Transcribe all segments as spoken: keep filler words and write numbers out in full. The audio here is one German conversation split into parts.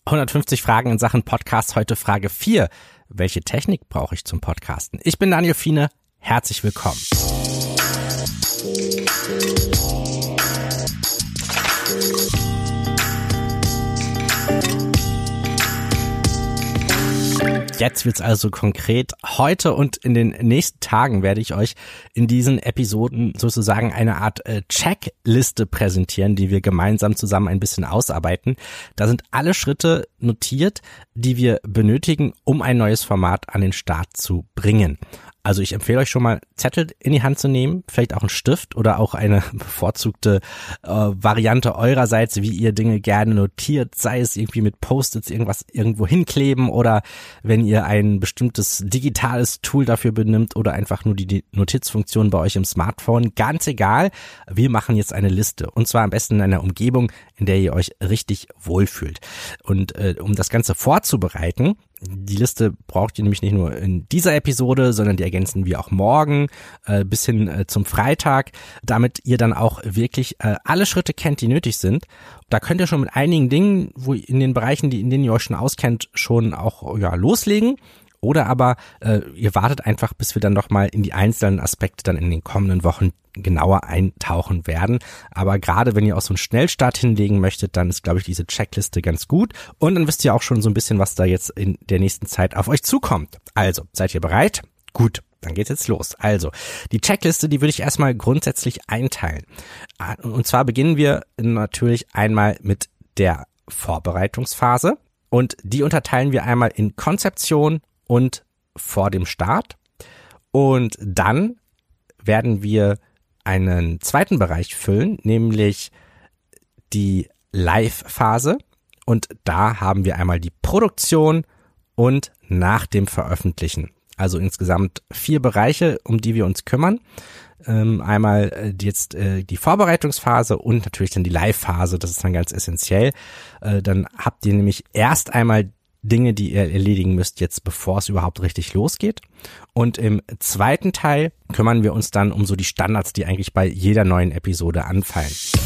hundertfünfzig Fragen in Sachen Podcast, heute Frage vier. Welche Technik brauche ich zum Podcasten? Ich bin Daniel Fiene, herzlich willkommen. Jetzt wird's also konkret. Heute und in den nächsten Tagen werde ich euch in diesen Episoden sozusagen eine Art äh, Checkliste präsentieren, die wir gemeinsam zusammen ein bisschen ausarbeiten. Da sind alle Schritte notiert, die wir benötigen, um ein neues Format an den Start zu bringen. Also ich empfehle euch schon mal, Zettel in die Hand zu nehmen, vielleicht auch einen Stift oder auch eine bevorzugte äh, Variante eurerseits, wie ihr Dinge gerne notiert, sei es irgendwie mit Post-its irgendwas irgendwo hinkleben oder wenn ihr ein bestimmtes digitales Tool dafür benimmt oder einfach nur die Notizfunktion bei euch im Smartphone, ganz egal. Wir machen jetzt eine Liste und zwar am besten in einer Umgebung, in der ihr euch richtig wohlfühlt. Und äh, um das Ganze vorzubereiten, die Liste braucht ihr nämlich nicht nur in dieser Episode, sondern die ergänzen wir auch morgen äh, bis hin äh, zum Freitag, damit ihr dann auch wirklich äh, alle Schritte kennt, die nötig sind. Da könnt ihr schon mit einigen Dingen, wo in den Bereichen, die, in denen ihr euch schon auskennt, schon auch ja loslegen. Oder aber äh, ihr wartet einfach, bis wir dann nochmal in die einzelnen Aspekte dann in den kommenden Wochen genauer eintauchen werden. Aber gerade wenn ihr auch so einen Schnellstart hinlegen möchtet, dann ist, glaube ich, diese Checkliste ganz gut. Und dann wisst ihr auch schon so ein bisschen, was da jetzt in der nächsten Zeit auf euch zukommt. Also, seid ihr bereit? Gut. Dann geht's jetzt los. Also, die Checkliste, die würde ich erstmal grundsätzlich einteilen. Und zwar beginnen wir natürlich einmal mit der Vorbereitungsphase. Und die unterteilen wir einmal in Konzeption und vor dem Start. Und dann werden wir einen zweiten Bereich füllen, nämlich die Live-Phase. Und da haben wir einmal die Produktion und nach dem Veröffentlichen. Also insgesamt vier Bereiche, um die wir uns kümmern. Ähm, einmal jetzt äh, die Vorbereitungsphase und natürlich dann die Live-Phase. Das ist dann ganz essentiell. Äh, dann habt ihr nämlich erst einmal Dinge, die ihr erledigen müsst jetzt, bevor es überhaupt richtig losgeht. Und im zweiten Teil kümmern wir uns dann um so die Standards, die eigentlich bei jeder neuen Episode anfallen.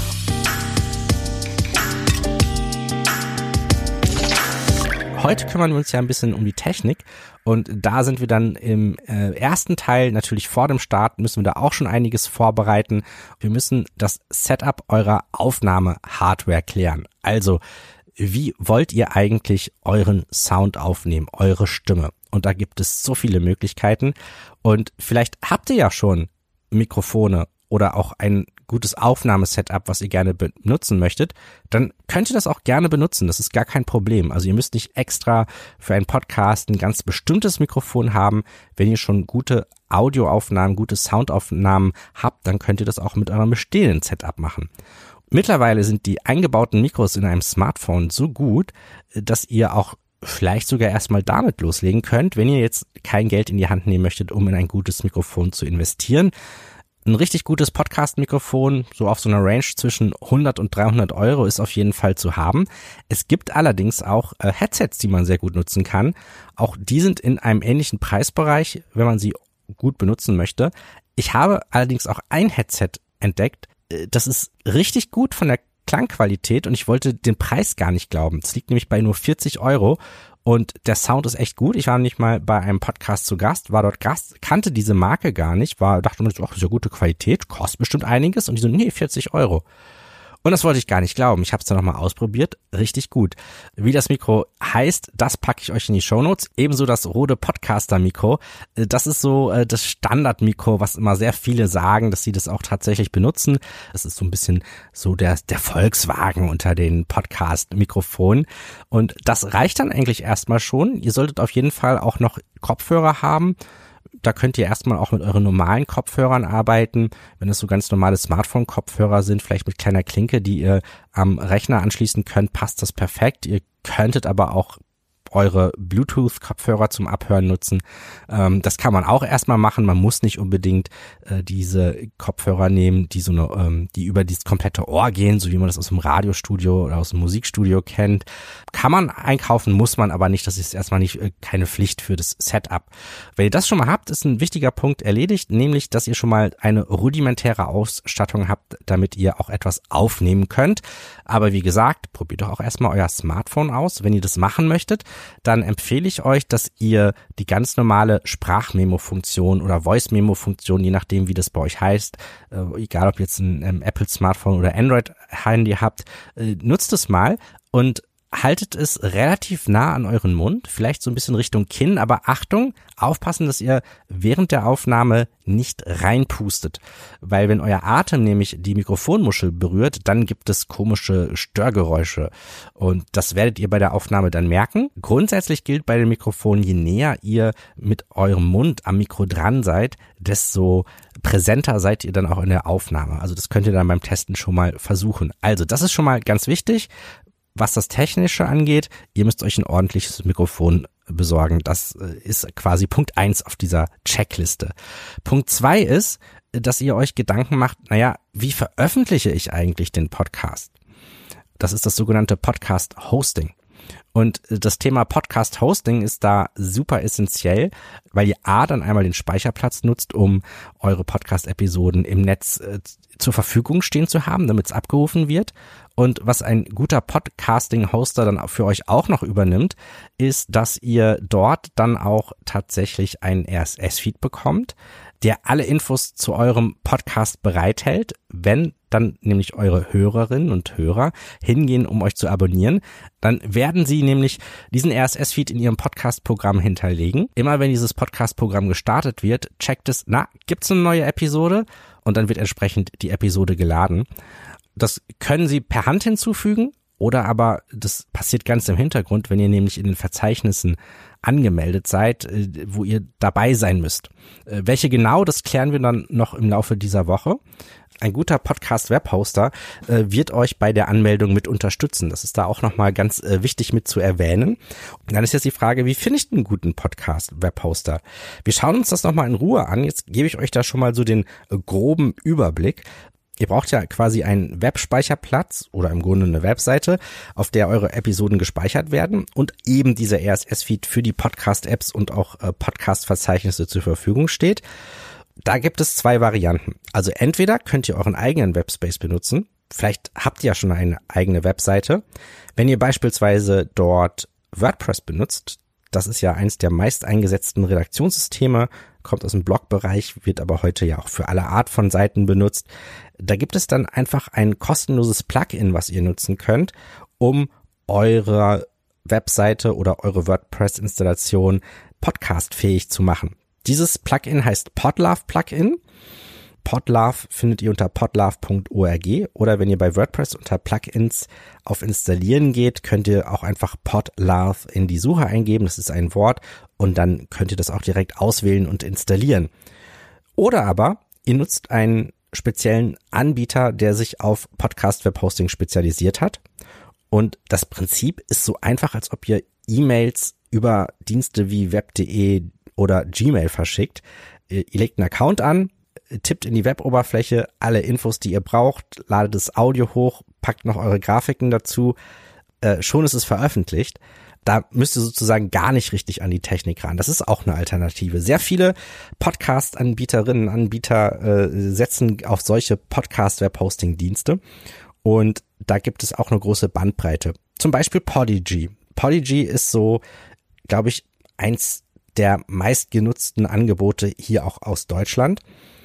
Heute kümmern wir uns ja ein bisschen um die Technik und da sind wir dann im äh, ersten Teil, natürlich vor dem Start, müssen wir da auch schon einiges vorbereiten. Wir müssen das Setup eurer Aufnahme-Hardware klären. Also, wie wollt ihr eigentlich euren Sound aufnehmen, eure Stimme? Und da gibt es so viele Möglichkeiten. Und vielleicht habt ihr ja schon Mikrofone oder auch ein gutes Aufnahmesetup, was ihr gerne benutzen möchtet. Dann könnt ihr das auch gerne benutzen. Das ist gar kein Problem. Also ihr müsst nicht extra für einen Podcast ein ganz bestimmtes Mikrofon haben. Wenn ihr schon gute Audioaufnahmen, gute Soundaufnahmen habt, dann könnt ihr das auch mit eurem bestehenden Setup machen. Mittlerweile sind die eingebauten Mikros in einem Smartphone so gut, dass ihr auch vielleicht sogar erstmal damit loslegen könnt, wenn ihr jetzt kein Geld in die Hand nehmen möchtet, um in ein gutes Mikrofon zu investieren. Ein richtig gutes Podcast-Mikrofon, so auf so einer Range zwischen hundert und dreihundert Euro ist auf jeden Fall zu haben. Es gibt allerdings auch äh, Headsets, die man sehr gut nutzen kann. Auch die sind in einem ähnlichen Preisbereich, wenn man sie gut benutzen möchte. Ich habe allerdings auch ein Headset entdeckt, das ist richtig gut von der Klangqualität und ich wollte den Preis gar nicht glauben. Es liegt nämlich bei nur vierzig Euro und der Sound ist echt gut. Ich war nicht mal bei einem Podcast zu Gast, war dort Gast, kannte diese Marke gar nicht, war dachte mir, ach, das ist ja gute Qualität, kostet bestimmt einiges und die so, nee, vierzig Euro. Und das wollte ich gar nicht glauben. Ich habe es dann nochmal ausprobiert. Richtig gut. Wie das Mikro heißt, das packe ich euch in die Shownotes. Ebenso das Rode Podcaster Mikro. Das ist so äh, das Standardmikro, was immer sehr viele sagen, dass sie das auch tatsächlich benutzen. Das ist so ein bisschen so der, der Volkswagen unter den Podcast-Mikrofonen. Und das reicht dann eigentlich erstmal schon. Ihr solltet auf jeden Fall auch noch Kopfhörer haben. Da könnt ihr erstmal auch mit euren normalen Kopfhörern arbeiten. Wenn es so ganz normale Smartphone-Kopfhörer sind, vielleicht mit kleiner Klinke, die ihr am Rechner anschließen könnt, passt das perfekt. Ihr könntet aber auch eure Bluetooth-Kopfhörer zum Abhören nutzen. Ähm, das kann man auch erstmal machen. Man muss nicht unbedingt äh, diese Kopfhörer nehmen, die so eine, ähm, die über dieses komplette Ohr gehen, so wie man das aus dem Radiostudio oder aus dem Musikstudio kennt. Kann man einkaufen, muss man aber nicht. Das ist erstmal nicht äh, keine Pflicht für das Setup. Wenn ihr das schon mal habt, ist ein wichtiger Punkt erledigt, nämlich, dass ihr schon mal eine rudimentäre Ausstattung habt, damit ihr auch etwas aufnehmen könnt. Aber wie gesagt, probiert doch auch erstmal euer Smartphone aus. Wenn ihr das machen möchtet, dann empfehle ich euch, dass ihr die ganz normale Sprachmemo-Funktion oder Voice-Memo-Funktion, je nachdem wie das bei euch heißt, äh, egal ob jetzt ein ähm, Apple-Smartphone oder Android-Handy habt, äh, nutzt es mal und haltet es relativ nah an euren Mund, vielleicht so ein bisschen Richtung Kinn, aber Achtung, aufpassen, dass ihr während der Aufnahme nicht reinpustet, weil wenn euer Atem nämlich die Mikrofonmuschel berührt, dann gibt es komische Störgeräusche und das werdet ihr bei der Aufnahme dann merken. Grundsätzlich gilt bei den Mikrofonen, je näher ihr mit eurem Mund am Mikro dran seid, desto präsenter seid ihr dann auch in der Aufnahme. Also das könnt ihr dann beim Testen schon mal versuchen. Also das ist schon mal ganz wichtig. Was das Technische angeht, ihr müsst euch ein ordentliches Mikrofon besorgen. Das ist quasi Punkt eins auf dieser Checkliste. Punkt zwei ist, dass ihr euch Gedanken macht, naja, wie veröffentliche ich eigentlich den Podcast? Das ist das sogenannte Podcast-Hosting. Und das Thema Podcast-Hosting ist da super essentiell, weil ihr A, dann einmal den Speicherplatz nutzt, um eure Podcast-Episoden im Netz äh, zur Verfügung stehen zu haben, damit es abgerufen wird. Und was ein guter Podcasting-Hoster dann für euch auch noch übernimmt, ist, dass ihr dort dann auch tatsächlich einen R S S-Feed bekommt, der alle Infos zu eurem Podcast bereithält, wenn dann nämlich eure Hörerinnen und Hörer hingehen, um euch zu abonnieren, dann werden sie nämlich diesen R S S-Feed in ihrem Podcast-Programm hinterlegen. Immer wenn dieses Podcast-Programm gestartet wird, checkt es, na, gibt's eine neue Episode? Und dann wird entsprechend die Episode geladen. Das können Sie per Hand hinzufügen oder aber das passiert ganz im Hintergrund, wenn ihr nämlich in den Verzeichnissen angemeldet seid, wo ihr dabei sein müsst. Welche genau, das klären wir dann noch im Laufe dieser Woche. Ein guter Podcast-Webhoster äh, wird euch bei der Anmeldung mit unterstützen. Das ist da auch nochmal ganz äh, wichtig mit zu erwähnen. Und dann ist jetzt die Frage, wie finde ich einen guten Podcast-Webhoster? Wir schauen uns das nochmal in Ruhe an. Jetzt gebe ich euch da schon mal so den äh, groben Überblick. Ihr braucht ja quasi einen Webspeicherplatz oder im Grunde eine Webseite, auf der eure Episoden gespeichert werden und eben dieser R S S-Feed für die Podcast-Apps und auch äh, Podcast-Verzeichnisse zur Verfügung steht. Da gibt es zwei Varianten. Also entweder könnt ihr euren eigenen Webspace benutzen. Vielleicht habt ihr ja schon eine eigene Webseite. Wenn ihr beispielsweise dort WordPress benutzt, das ist ja eins der meist eingesetzten Redaktionssysteme, kommt aus dem Blogbereich, wird aber heute ja auch für alle Art von Seiten benutzt. Da gibt es dann einfach ein kostenloses Plugin, was ihr nutzen könnt, um eure Webseite oder eure WordPress-Installation podcastfähig zu machen. Dieses Plugin heißt Podlove Plugin. Podlove findet ihr unter podlove punkt org oder wenn ihr bei WordPress unter Plugins auf Installieren geht, könnt ihr auch einfach Podlove in die Suche eingeben. Das ist ein Wort und dann könnt ihr das auch direkt auswählen und installieren. Oder aber ihr nutzt einen speziellen Anbieter, der sich auf Podcast-Webhosting spezialisiert hat. Und das Prinzip ist so einfach, als ob ihr E-Mails über Dienste wie web punkt de oder Gmail verschickt. Ihr legt einen Account an, tippt in die Web-Oberfläche alle Infos, die ihr braucht, ladet das Audio hoch, packt noch eure Grafiken dazu, äh, schon ist es veröffentlicht. Da müsst ihr sozusagen gar nicht richtig an die Technik ran. Das ist auch eine Alternative. Sehr viele Podcast-Anbieterinnen, Anbieter äh, setzen auf solche Podcast-Web-Hosting-Dienste und da gibt es auch eine große Bandbreite. Zum Beispiel Podigy. Podigy ist so, glaube ich, eins der meistgenutzten Angebote hier auch aus Deutschland.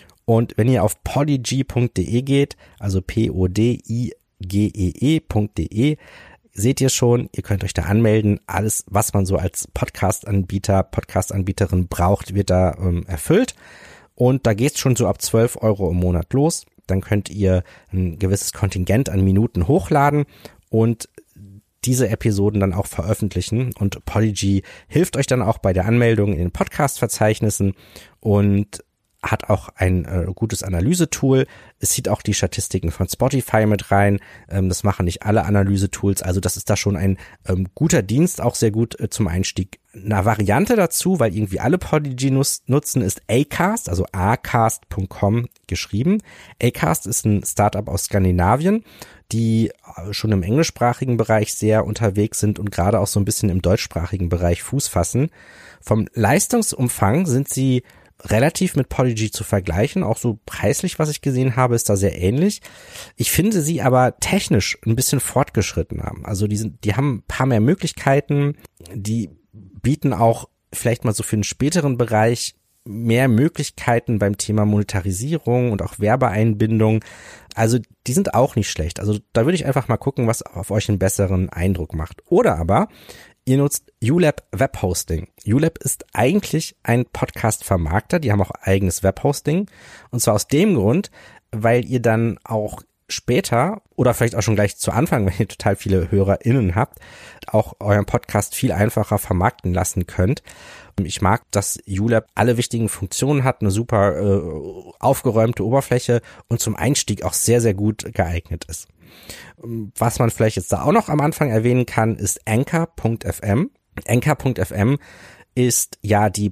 Und wenn ihr auf podigy punkt de geht, also P O D I G E E punkt de, seht ihr schon, ihr könnt euch da anmelden. Alles, was man so als Podcast-Anbieter, Podcast-Anbieterin braucht, wird da ähm, erfüllt. Und da geht's schon so ab zwölf Euro im Monat los. Dann könnt ihr ein gewisses Kontingent an Minuten hochladen und diese Episoden dann auch veröffentlichen. Und Podigy hilft euch dann auch bei der Anmeldung in den Podcast-Verzeichnissen und hat auch ein äh, gutes Analysetool. Es zieht auch die Statistiken von Spotify mit rein. Ähm, das machen nicht alle Analysetools. Also das ist da schon ein ähm, guter Dienst, auch sehr gut äh, zum Einstieg. Eine Variante dazu, weil irgendwie alle Podigy nus- nutzen, ist Acast, also acast punkt com geschrieben. Acast ist ein Startup aus Skandinavien, die schon im englischsprachigen Bereich sehr unterwegs sind und gerade auch so ein bisschen im deutschsprachigen Bereich Fuß fassen. Vom Leistungsumfang sind sie relativ mit Podigy zu vergleichen, auch so preislich, was ich gesehen habe, ist da sehr ähnlich. Ich finde sie aber technisch ein bisschen fortgeschrittener. Also die sind, die haben ein paar mehr Möglichkeiten, die bieten auch vielleicht mal so für einen späteren Bereich mehr Möglichkeiten beim Thema Monetarisierung und auch Werbeeinbindung. Also die sind auch nicht schlecht. Also da würde ich einfach mal gucken, was auf euch einen besseren Eindruck macht. Oder aber ihr nutzt YouLab Webhosting. YouLab ist eigentlich ein Podcast-Vermarkter, die haben auch eigenes Webhosting. Und zwar aus dem Grund, weil ihr dann auch später oder vielleicht auch schon gleich zu Anfang, wenn ihr total viele HörerInnen habt, auch euren Podcast viel einfacher vermarkten lassen könnt. Ich mag, dass YouLab alle wichtigen Funktionen hat, eine super äh, aufgeräumte Oberfläche und zum Einstieg auch sehr, sehr gut geeignet ist. Was man vielleicht jetzt da auch noch am Anfang erwähnen kann, ist Anchor punkt f m. Anchor punkt f m ist ja die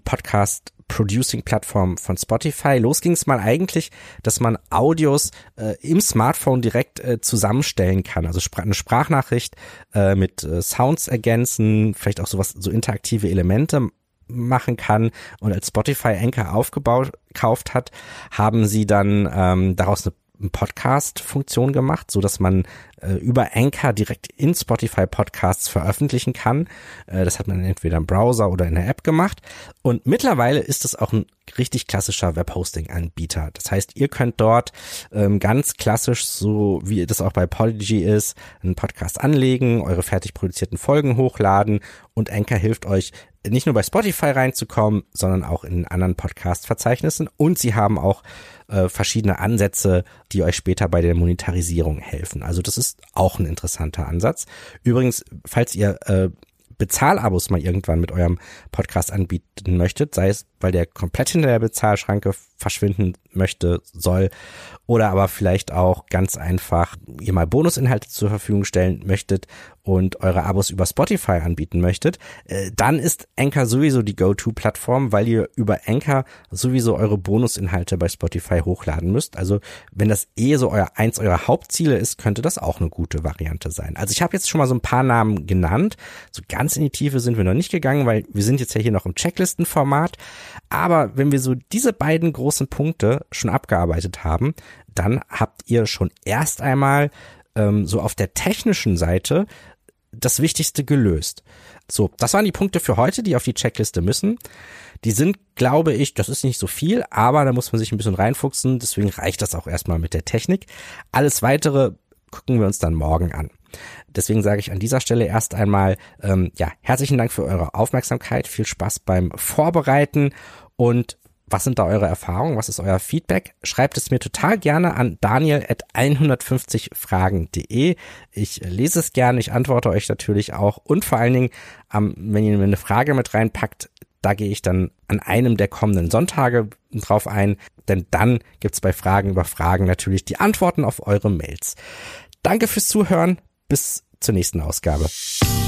Podcast-Producing-Plattform von Spotify. Los ging es mal eigentlich, dass man Audios äh, im Smartphone direkt äh, zusammenstellen kann. Also spra- eine Sprachnachricht äh, mit äh, Sounds ergänzen, vielleicht auch sowas, so interaktive Elemente machen kann. Und als Spotify Anchor aufgebaut, gekauft hat, haben sie dann ähm, daraus eine Podcast-Funktion gemacht, so dass man äh, über Anchor direkt in Spotify Podcasts veröffentlichen kann. Äh, das hat man entweder im Browser oder in der App gemacht. Und mittlerweile ist es auch ein richtig klassischer Webhosting-Anbieter. Das heißt, ihr könnt dort ähm, ganz klassisch, so wie das auch bei Podigy ist, einen Podcast anlegen, eure fertig produzierten Folgen hochladen und Anchor hilft euch, nicht nur bei Spotify reinzukommen, sondern auch in anderen Podcast-Verzeichnissen. Und sie haben auch äh, verschiedene Ansätze, die euch später bei der Monetarisierung helfen. Also das ist auch ein interessanter Ansatz. Übrigens, falls ihr äh, Bezahlabos mal irgendwann mit eurem Podcast anbieten möchtet, sei es, weil der komplett hinter der Bezahlschranke verschwinden möchte, soll, oder aber vielleicht auch ganz einfach ihr mal Bonusinhalte zur Verfügung stellen möchtet und eure Abos über Spotify anbieten möchtet, äh, dann ist Anchor sowieso die Go-To-Plattform, weil ihr über Anchor sowieso eure Bonusinhalte bei Spotify hochladen müsst. Also wenn das eh so euer eins eurer Hauptziele ist, könnte das auch eine gute Variante sein. Also ich habe jetzt schon mal so ein paar Namen genannt. So ganz in die Tiefe sind wir noch nicht gegangen, weil wir sind jetzt ja hier noch im Checklistenformat. Aber wenn wir so diese beiden großen Punkte schon abgearbeitet haben, dann habt ihr schon erst einmal ähm, so auf der technischen Seite das Wichtigste gelöst. So, das waren die Punkte für heute, die auf die Checkliste müssen. Die sind, glaube ich, das ist nicht so viel, aber da muss man sich ein bisschen reinfuchsen, deswegen reicht das auch erstmal mit der Technik. Alles Weitere gucken wir uns dann morgen an. Deswegen sage ich an dieser Stelle erst einmal, ähm, ja, herzlichen Dank für eure Aufmerksamkeit, viel Spaß beim Vorbereiten und was sind da eure Erfahrungen, was ist euer Feedback? Schreibt es mir total gerne an daniel at hundertfünfzig fragen punkt de. Ich lese es gerne, ich antworte euch natürlich auch und vor allen Dingen, ähm, wenn ihr mir eine Frage mit reinpackt, da gehe ich dann an einem der kommenden Sonntage drauf ein, denn dann gibt's bei Fragen über Fragen natürlich die Antworten auf eure Mails. Danke fürs Zuhören, bis zur nächsten Ausgabe.